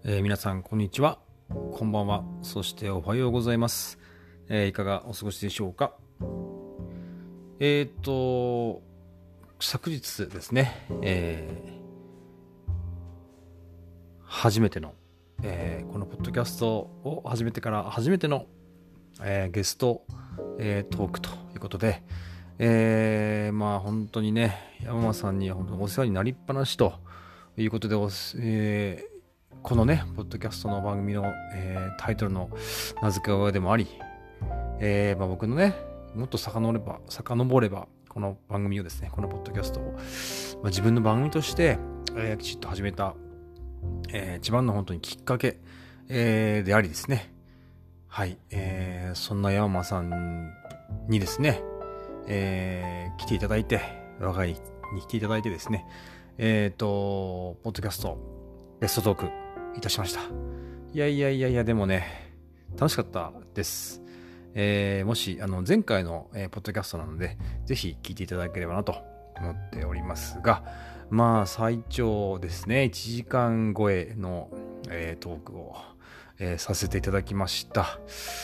皆さんこんにちは、こんばんは、そしておはようございます。いかがお過ごしでしょうか。昨日ですね、初めての、このポッドキャストを始めてから初めての、ゲスト、トークということで、本当にね、山間さんに本当にお世話になりっぱなしということでこのねポッドキャストの番組の、タイトルの名付け親でもあり、僕のねもっと遡ればこの番組をですね、このポッドキャストを、自分の番組として、きちっと始めた、一番の本当にきっかけ、でありですね。はい、そんな山間さんにですね、来ていただいて、我が家に来ていただいてですね、ポッドキャストベストトークいたしました。いやでもね楽しかったです。もし前回の、ポッドキャストなのでぜひ聞いていただければなと思っておりますが、最長ですね1時間超えの、トークを、させていただきました。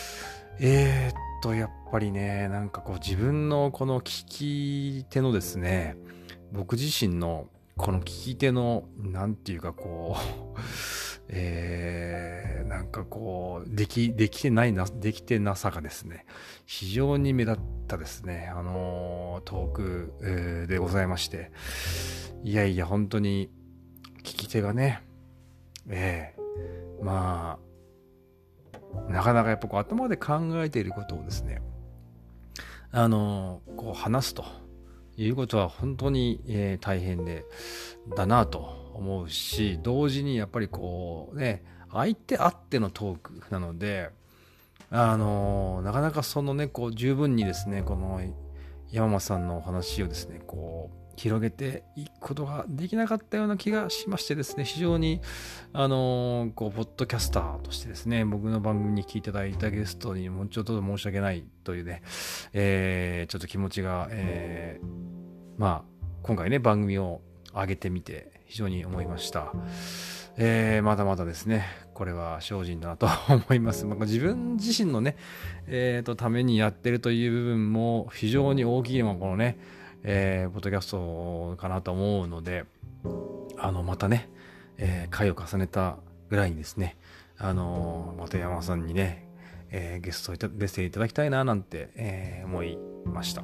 やっぱりねなんかこう自分のこの聞き手のですね、僕自身のこの聞き手のなんていうかこうなんかこうできてなさがですね非常に目立ったですねトーク、でございまして、いや本当に聞き手がねなかなかやっぱこう頭で考えていることをですねこう話すということは本当に、大変だなと思うし、同時にやっぱりこうね相手あってのトークなのでなかなかそのねこう十分にですねこの山間さんのお話をですねこう広げていくことができなかったような気がしましてですね、非常にこうポッドキャスターとしてですね僕の番組に来ていただいたゲストにもうちょっと申し訳ないというね、ちょっと気持ちが、今回ね番組を上げてみて非常に思いました。まだまだですねこれは精進だなと思います。自分自身のね、ためにやってるという部分も非常に大きいのがこのね、ポッドキャストかなと思うので、またね、回を重ねたぐらいにですねまた山さんにね、ゲスト出ていただきたいななんて、思いました。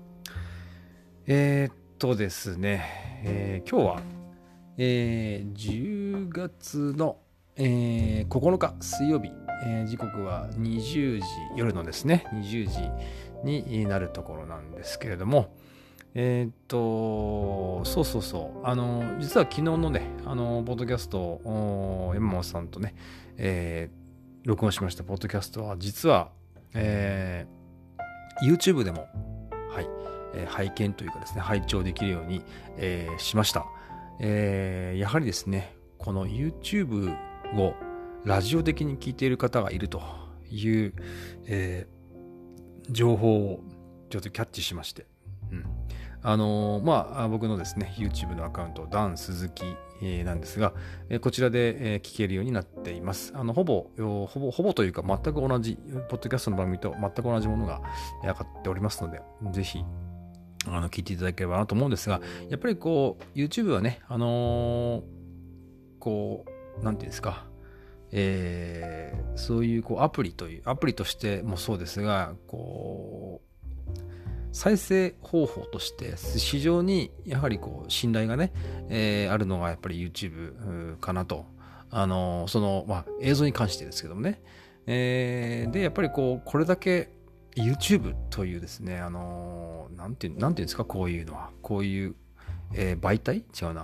ですね、今日は、10月の、9日水曜日、時刻は20時夜のですね20時になるところなんですけれども、そう実は昨日のねポッドキャストを山本さんとね、録音しましたポッドキャストは実は、YouTube でも拝見というかですね拝聴できるように、しました。やはりですねこの YouTube をラジオ的に聞いている方がいるという、情報をちょっとキャッチしまして、僕のですね YouTube のアカウントダン鈴木なんですが、こちらで聞けるようになっています。ほぼというか全く同じポッドキャストの番組と全く同じものが上がっておりますので、ぜひ聞いていただければなと思うんですが、やっぱりこう YouTube はねこうなんていうんですか、そういうこうアプリとしてもそうですが、こう再生方法として非常にやはりこう信頼がね、あるのがやっぱり YouTube かなと、映像に関してですけどもね、でやっぱりこれだけ YouTube というですねなんていうんですか、こういうのはこういう、媒体違うな、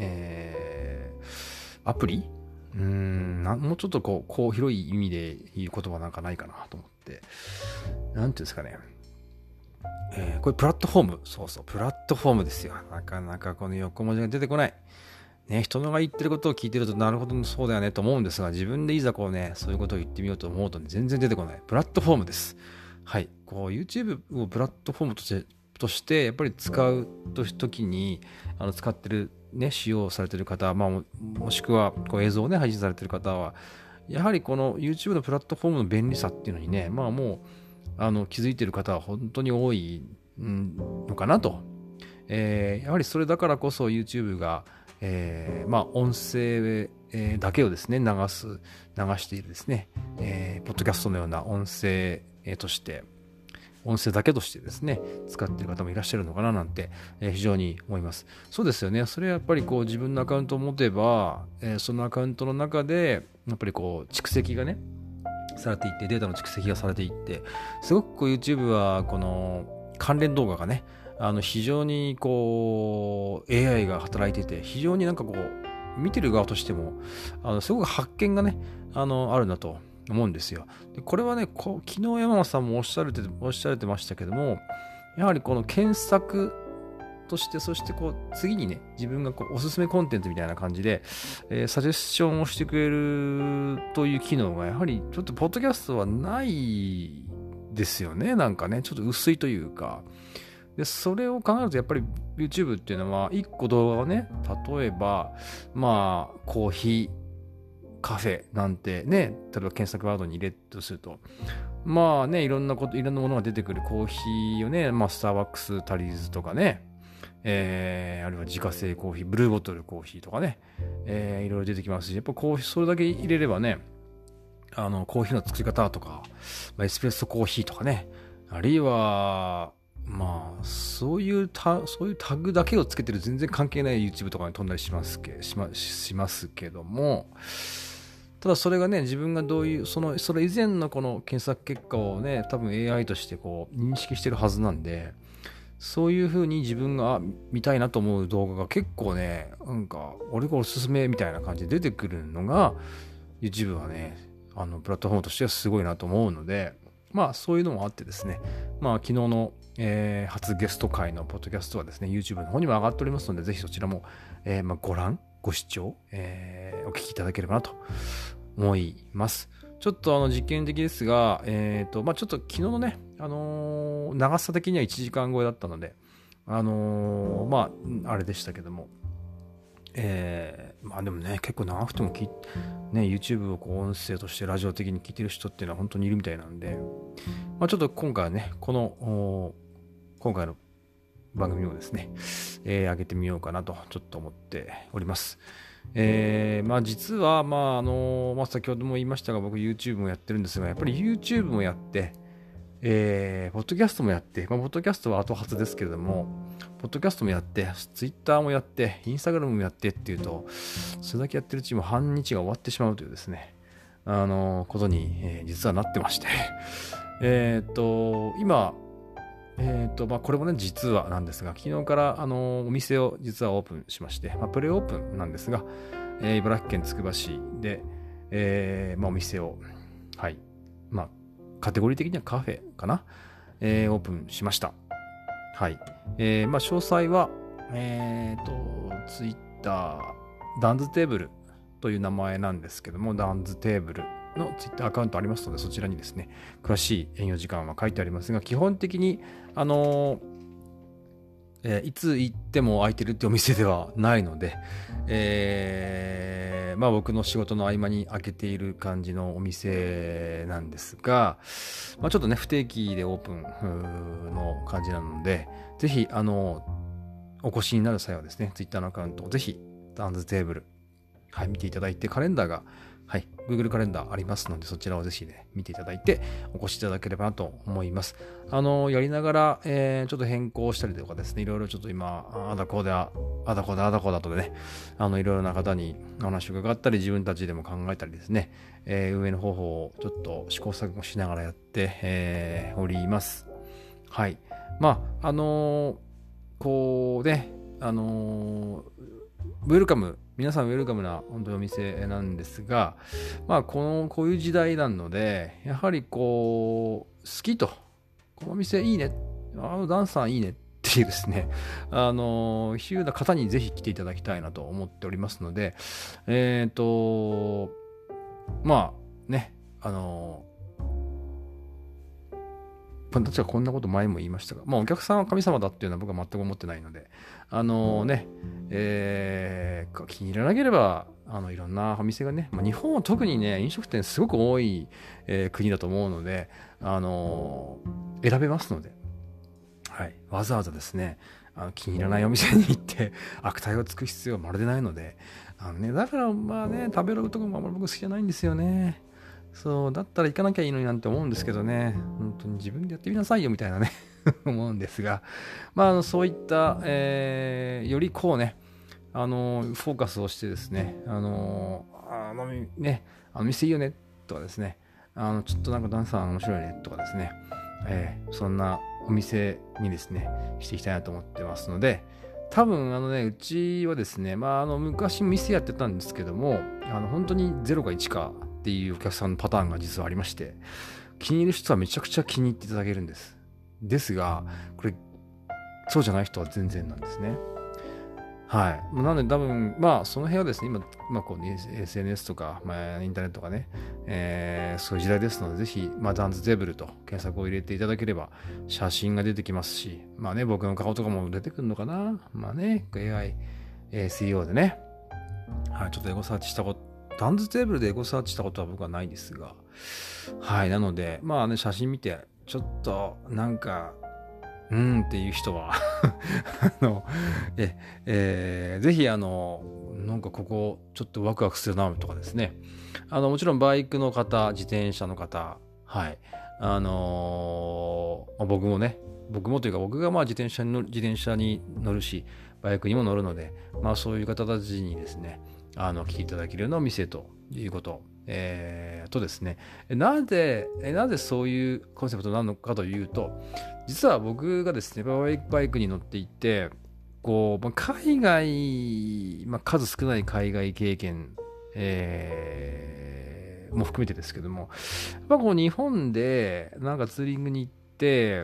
アプリもうちょっとこう広い意味で言う言葉なんかないかなと思って、なんていうんですかね、これプラットフォーム、プラットフォームですよ。なかなかこの横文字が出てこない。ね、人のが言ってることを聞いてるとなるほどそうだよねと思うんですが、自分でいざこうね、そういうことを言ってみようと思うと、ね、全然出てこない。プラットフォームです。はい。こう YouTube をプラットフォームとしてやっぱり使うときに使ってるね、使用されている方、もしくはこう映像をね、配信されている方は、やはりこの YouTube のプラットフォームの便利さっていうのにね、もう気づいている方は本当に多いのかなと。やはりそれだからこそ YouTube が、音声だけをですね、流しているですね、ポッドキャストのような音声として、音声だけとしてですね、使っている方もいらっしゃるのかななんて、非常に思います。そうですよね。それはやっぱりこう自分のアカウントを持てば、そのアカウントの中で、やっぱりこう蓄積がね、されていって、データの蓄積がされていって、すごくこう YouTube はこの関連動画がね、非常にこう AI が働いてて、非常になんかこう見てる側としてもすごく発見がねあるなと思うんですよ。でこれはね昨日山本さんもおっしゃられてましたけども、やはりこの検索として、そしてこう次にね自分がこうおすすめコンテンツみたいな感じで、サジェッションをしてくれるという機能がやはりちょっとポッドキャストはないですよね。なんかねちょっと薄いというか。でそれを考えるとやっぱり YouTube っていうのは1個動画をね、例えばコーヒーカフェなんてね、例えば検索ワードに入れるとするといろんなものが出てくる。コーヒーをね、スターバックスタリーズとかね、あるいは自家製コーヒー、ブルーボトルコーヒーとかね、いろいろ出てきますし、やっぱコーヒーそれだけ入れればね、コーヒーの作り方とか、エスプレッソコーヒーとかね、あるいはそういうタグだけをつけてる全然関係ない YouTube とかに飛んだりしますけども、ただそれがね、自分がどういうそれ以前のこの検索結果をね、多分 AI としてこう認識してるはずなんで、そういう風に自分が見たいなと思う動画が結構ね、なんか俺がおすすめみたいな感じで出てくるのが YouTube はね、プラットフォームとしてはすごいなと思うので、そういうのもあってですね、昨日の初ゲスト会のポッドキャストはですね、YouTube の方にも上がっておりますので、ぜひそちらも、ご視聴、お聞きいただければなと思います。ちょっと実験的ですが、ちょっと昨日のね、長さ的には1時間超えだったので、あれでしたけども、でもね、結構長くてもYouTube をこう音声としてラジオ的に聞いてる人っていうのは本当にいるみたいなんで、ちょっと今回はね、今回の番組をですね、上げてみようかなとちょっと思っております。実は、先ほども言いましたが、僕 YouTube もやってるんですが、やっぱり YouTube もやって、ポッドキャストもやって、ポッドキャストは後発ですけれども、ポッドキャストもやって、Twitter もやって、Instagram もやってっていうと、それだけやってるうちも半日が終わってしまうというですね、ことに、実はなってまして、今、これもね、実はなんですが、昨日から、お店を実はオープンしまして、プレオープンなんですが、茨城県つくば市で、お店を、はい、カテゴリー的にはカフェかな、オープンしました。はい。詳細は、ツイッター、ダンズテーブルという名前なんですけども、ダンズテーブルのツイッターアカウントありますので、そちらにですね、詳しい営業時間は書いてありますが、基本的に、いつ行っても空いてるってお店ではないので、僕の仕事の合間に開けている感じのお店なんですが、ちょっとね、不定期でオープンの感じなので、ぜひ、お越しになる際はですね、Twitter のアカウントをぜひ、ダンズテーブル、はい、見ていただいて、カレンダーが、はい、Google カレンダーありますので、そちらをぜひね、見ていただいて、お越しいただければなと思います。やりながら、ちょっと変更したりとかですね、いろいろちょっと今、あだこだとでね、いろいろな方にお話を伺ったり、自分たちでも考えたりですね、運営の方法をちょっと試行錯誤しながらやって、おります。はい。こうね、ウェルカム、皆さんウェルカムな本当にお店なんですが、こういう時代なので、やはり好きと、このお店いいね、ダンさんいいねっていうですね、いうような方にぜひ来ていただきたいなと思っておりますので、 私はこんなこと前も言いましたが、お客さんは神様だっていうのは僕は全く思ってないので、気に入らなければ、いろんなお店がね、日本は特にね、飲食店すごく多い、国だと思うので、選べますので、はい、わざわざですね、気に入らないお店に行って悪態をつく必要はまるでないので、だから食べログとかもあんまり僕好きじゃないんですよね。そうだったら行かなきゃいいのになんて思うんですけどね、本当に自分でやってみなさいよみたいなね思うんですが、そういった、よりこうね、フォーカスをしてですね、店いいよねとかですね、ちょっとなんかダンサー面白いねとかですね、そんなお店にですねしていきたいなと思ってますので、多分うちはですね、昔店やってたんですけども、本当に0か1かっていうお客さんのパターンが実はありまして、気に入る人はめちゃくちゃ気に入っていただけるんです。ですが、これそうじゃない人は全然なんですね。はい。なので多分、その辺はですね、今こう、ね、SNS とか、インターネットがね、そういう時代ですので、ぜひ、ダンズテーブルと検索を入れていただければ、写真が出てきますし、僕の顔とかも出てくるのかな。AI、SEO でね、はい、ちょっとエゴサーチしたこと、ダンズテーブルでエゴサーチしたことは僕はないですが、はい、なので、写真見て、ちょっと、なんか、っていう人はぜひなんかここちょっとワクワクするなとかですね、もちろんバイクの方、自転車の方、はい、僕もというか僕が自転車に乗るし、バイクにも乗るので、そういう方たちにですね、来ていただけるようなお店ということ。とですね、なぜそういうコンセプトなのかというと、実は僕がですね、バイクに乗っていて、こう、海外、数少ない海外経験、も含めてですけども、こう日本でなんかツーリングに行って、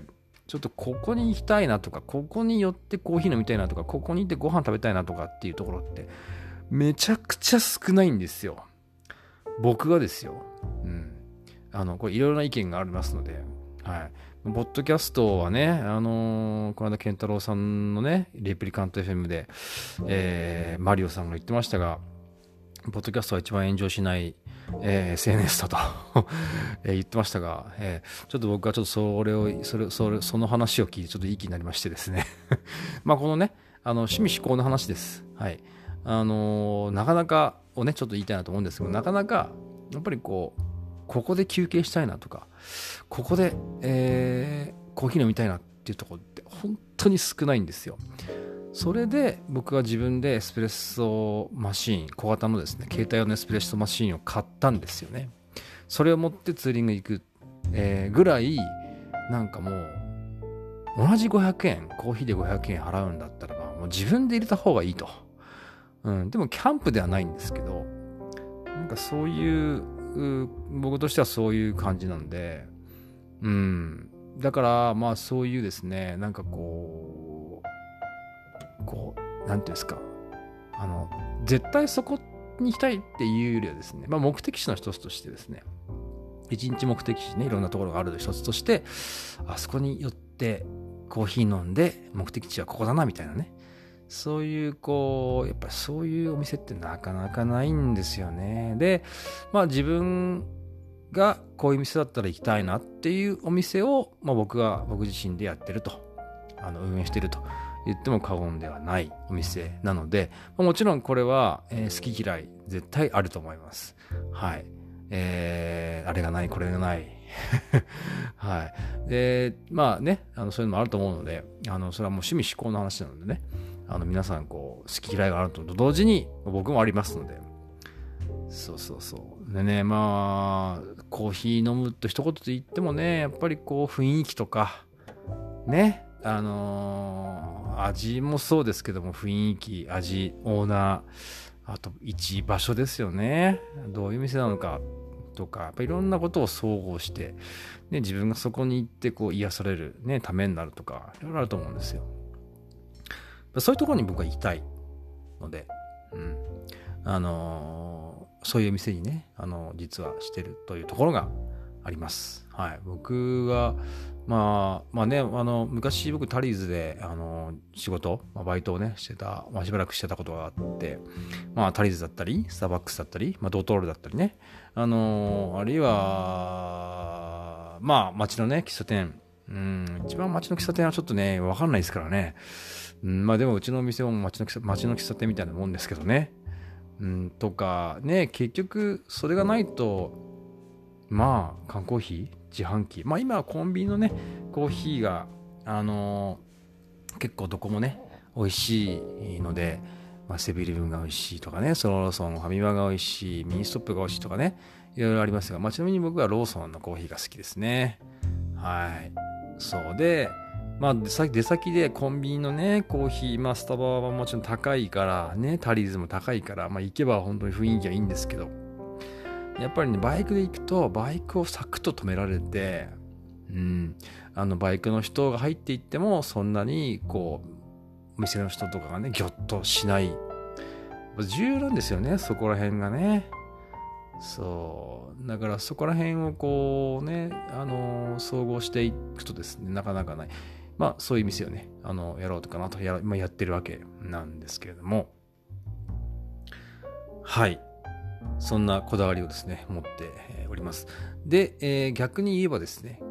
ちょっとここに行きたいなとか、ここに寄ってコーヒー飲みたいなとか、ここに行ってご飯食べたいなとかっていうところって、めちゃくちゃ少ないんですよ。僕がですよ。これいろいろな意見がありますので、はい。ポッドキャストはね、この間健太郎さんのね、レプリカント FM で、マリオさんが言ってましたが、ポッドキャストは一番炎上しない、SNS だと言ってましたが、ちょっと僕はちょっとその話を聞いてちょっといい気になりましてですねこのね、趣味嗜好の話です。はい。なかなかをね、ちょっと言いたいなと思うんですけど、なかなか、やっぱりここで休憩したいなとか、ここで、コーヒー飲みたいなっていうところって本当に少ないんですよ。それで僕は自分でエスプレッソマシーン、小型のですね、携帯用のエスプレッソマシーンを買ったんですよね。それを持ってツーリング行く、ぐらい、なんかもう、同じ500円、コーヒーで500円払うんだったらば、もう自分で入れた方がいいと。でもキャンプではないんですけど、なんかそういう僕としてはそういう感じなんで、だからそういうですね、なんかこうなんていうんですか、絶対そこに行きたいっていうよりはですね、目的地の一つとしてですね、一日目的地ね、いろんなところがある一つとして、あそこに寄ってコーヒー飲んで目的地はここだなみたいなね、そういうやっぱりそういうお店ってなかなかないんですよね。で、自分がこういう店だったら行きたいなっていうお店を、僕自身でやってると、運営してると言っても過言ではないお店なので、もちろんこれは、好き嫌い絶対あると思います。はい。あれがない、これがない。はい。で、そういうのもあると思うので、それはもう趣味嗜好の話なのでね、皆さん好き嫌いがあると同時に僕もありますので、そうでね、コーヒー飲むと一言で言ってもね、やっぱり雰囲気とかね、味もそうですけども、雰囲気、味、オーナー、あと場所ですよね。どういう店なのかとか、やっぱいろんなことを総合して、ね、自分がそこに行って癒される、ね、ためになるとか、いろいろあると思うんですよ。そういうところに僕は行きたいので、そういう店にね、実はしてるというところがあります。はい。僕は、 まあね、昔僕タリーズで、仕事、バイトをね、してた、しばらくしてたことがあって、タリーズだったり、スターバックスだったり、ドトールだったりね、あるいは、街のね、喫茶店、一番街の喫茶店はちょっとね、わかんないですからね。でもうちのお店も街の喫茶店みたいなもんですけどね。とか、ね、結局、それがないと、缶コーヒー自販機。今はコンビニのね、コーヒーが、結構どこもね、美味しいので、セブンイレブンが美味しいとかね、ローソン、ファミマが美味しい、ミニストップが美味しいとかね、いろいろありますが、ちなみに僕はローソンのコーヒーが好きですね。はい。そうで、出先でコンビニのね、コーヒー、スタバはもちろん高いから、ね、タリーズも高いから、行けば本当に雰囲気はいいんですけど、やっぱりね、バイクで行くと、バイクをサクッと止められて、バイクの人が入っていっても、そんなに、お店の人とかがね、ぎょっとしない。重要なんですよね、そこら辺がね。そう。だからそこら辺を総合していくとですね、なかなかない。そういう店をね、やろうとかなとやってるわけなんですけれども。はい。そんなこだわりをですね、持っております。で、逆に言えば、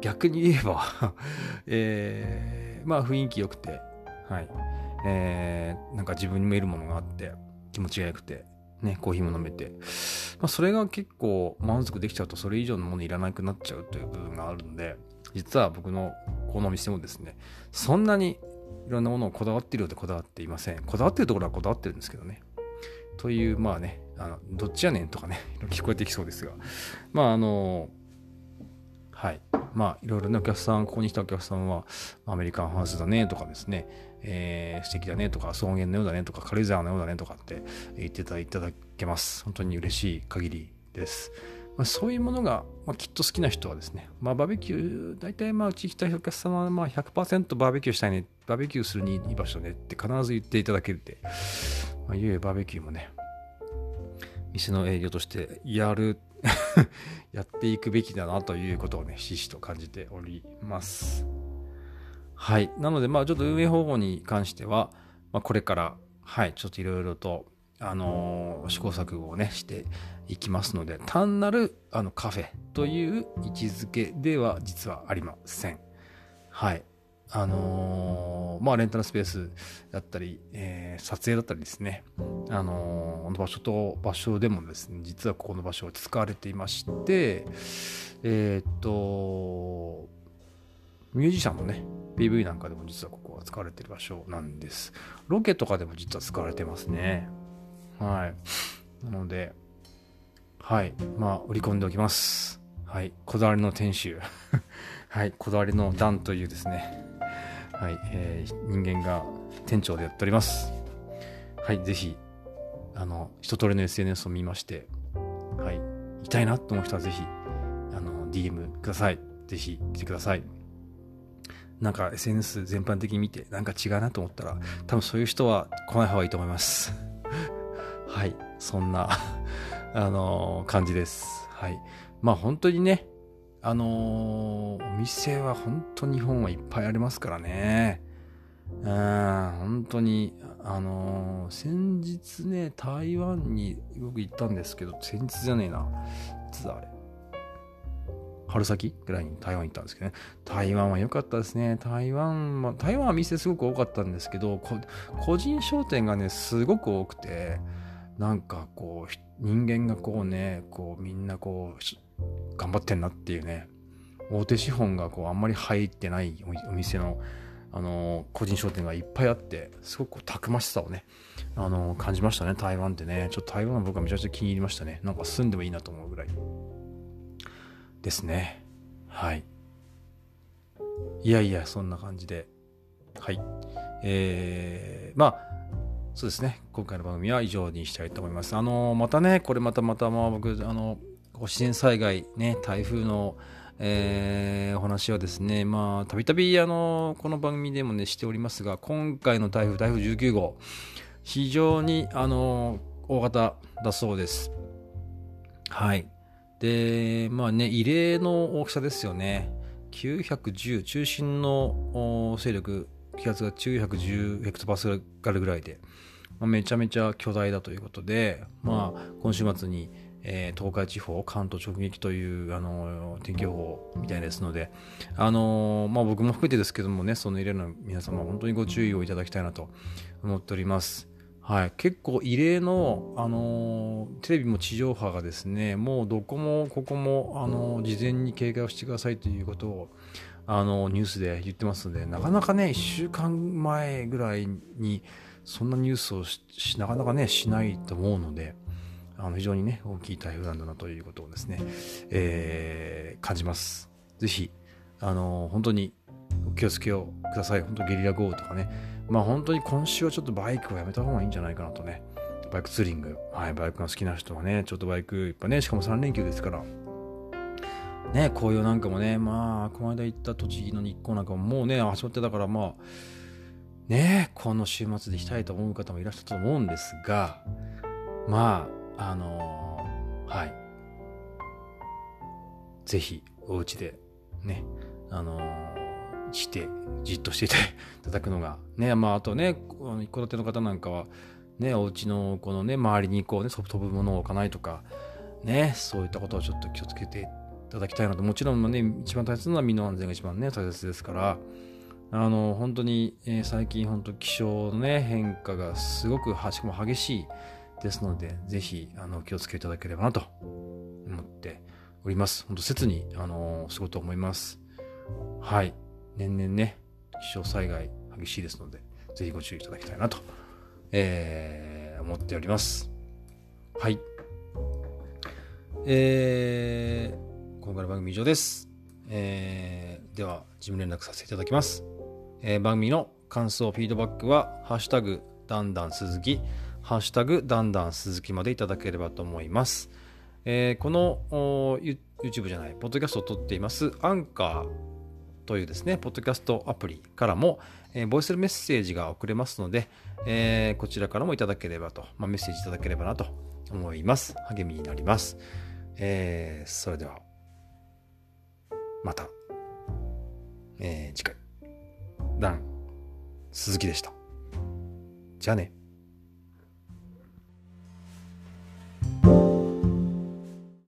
雰囲気良くて、はい。なんか自分にも得るものがあって、気持ちが良くて、ね、コーヒーも飲めて、それが結構満足できちゃうと、それ以上のものいらなくなっちゃうという部分があるので、実は僕のこのお店もですね、そんなにいろんなものをこだわっているようでこだわっていません。こだわっているところはこだわってるんですけどね。という、どっちやねんとかね、聞こえてきそうですが、はい。いろいろなお客さん、ここに来たお客さんは、アメリカンハウスだねとかですね、素敵だねとか、草原のようだねとか、軽井沢のようだねとかって言っていただけます。本当に嬉しい限りです。そういうものが、きっと好きな人はですね、バーベキュー、大体うち来たお客様は100% バーベキューしたいね、バーベキューするにいい場所ねって必ず言っていただけるって、いよいよバーベキューもね、店の営業としてやっていくべきだなということをね、ひしひしと感じております。はい。なので、ちょっと運営方法に関しては、これから、はい、ちょっといろいろと、試行錯誤をね、していきますので、単なる、カフェという位置づけでは実はありません。はい。レンタルスペースだったり、撮影だったりですね、場所と場所でもですね、実はここの場所は使われていまして、ミュージシャンのね、PV なんかでも実はここは使われている場所なんです。ロケとかでも実は使われてますね。はい。なので、はい。売り込んでおきます。はい。こだわりの店主。はい。こだわりのダンというですね、はい、人間が店長でやっております。はい、ぜひ、一通りの SNS を見まして、はい、行きたいなと思う人はぜひ、DM ください。ぜひ来てください。なんか SNS 全般的に見て、なんか違うなと思ったら、多分そういう人は来ない方がいいと思います。はい、そんな感じです。はい。本当にね、お店は本当日本はいっぱいありますからね。本当に、先日ね、台湾に僕行ったんですけど、先日じゃねえな。いつだあれ。春先ぐらいに台湾行ったんですけどね。台湾は良かったですね。台湾は店すごく多かったんですけど、個人商店がね、すごく多くて、なんか人間がみんな頑張ってんなっていうね、大手資本があんまり入ってないお店の、個人商店がいっぱいあって、すごくたくましさをね、感じましたね、台湾ってね。ちょっと台湾は僕はめちゃくちゃ気に入りましたね。なんか住んでもいいなと思うぐらいですね。はい。いやいや、そんな感じで。はい。そうですね。今回の番組は以上にしたいと思います。またね、これまた僕、自然災害、ね、台風の、お話はですね、たびたびこの番組でもね、しておりますが、今回の台風19号、非常に大型だそうです。はい。で、異例の大きさですよね。 910、中心の勢力、気圧が910ヘクトパスカルぐらいで、めちゃめちゃ巨大だということで、今週末に、東海地方、関東直撃という天気予報みたいですので、僕も含めてですけどもね、その異例の皆様、本当にご注意をいただきたいなと思っております。はい、結構異例の、テレビも地上波がですね、もうどこもここも事前に警戒をしてくださいということをニュースで言ってますので、なかなかね1週間前ぐらいにそんなニュースをなかなかねしないと思うので、非常にね大きい台風なんだなということをですね、感じます。ぜひ本当にお気をつけをください。本当ゲリラ豪雨とかね、本当に今週はちょっとバイクをやめた方がいいんじゃないかなとね。バイクツーリング、バイクが好きな人はね、ちょっとバイクいっぱいね、しかも3連休ですからね、紅葉なんかもね、この間行った栃木の日光なんかももうね始まってたから、ね、この週末で行きたいと思う方もいらっしゃったと思うんですが、はいぜひお家でねじっとしていただくのがね、あとね一戸建ての方なんかはね、お家のこのね周りにこうね飛ぶものを置かないとかね、そういったことをちょっと気をつけていただきたいなと。もちろんね一番大切なのは身の安全が一番ね大切ですから、本当に、最近本当気象のね変化がすごくしかも激しいですので、ぜひお気をつけいただければなと思っております。本当切にすごいと思います。はい、年々ね気象災害激しいですので、ぜひご注意いただきたいなと、思っております。はい、今回の番組以上です。では事務連絡させていただきます。番組の感想フィードバックはハッシュタグだんだん鈴木ハッシュタグだんだん鈴木までいただければと思います。このYouTube じゃないポッドキャストを撮っていますアンカーというですねポッドキャストアプリからも、ボイスメッセージが送れますので、こちらからもいただければと、メッセージいただければなと思います。励みになります。それではまた、次回ダン鈴木でした。じゃあね。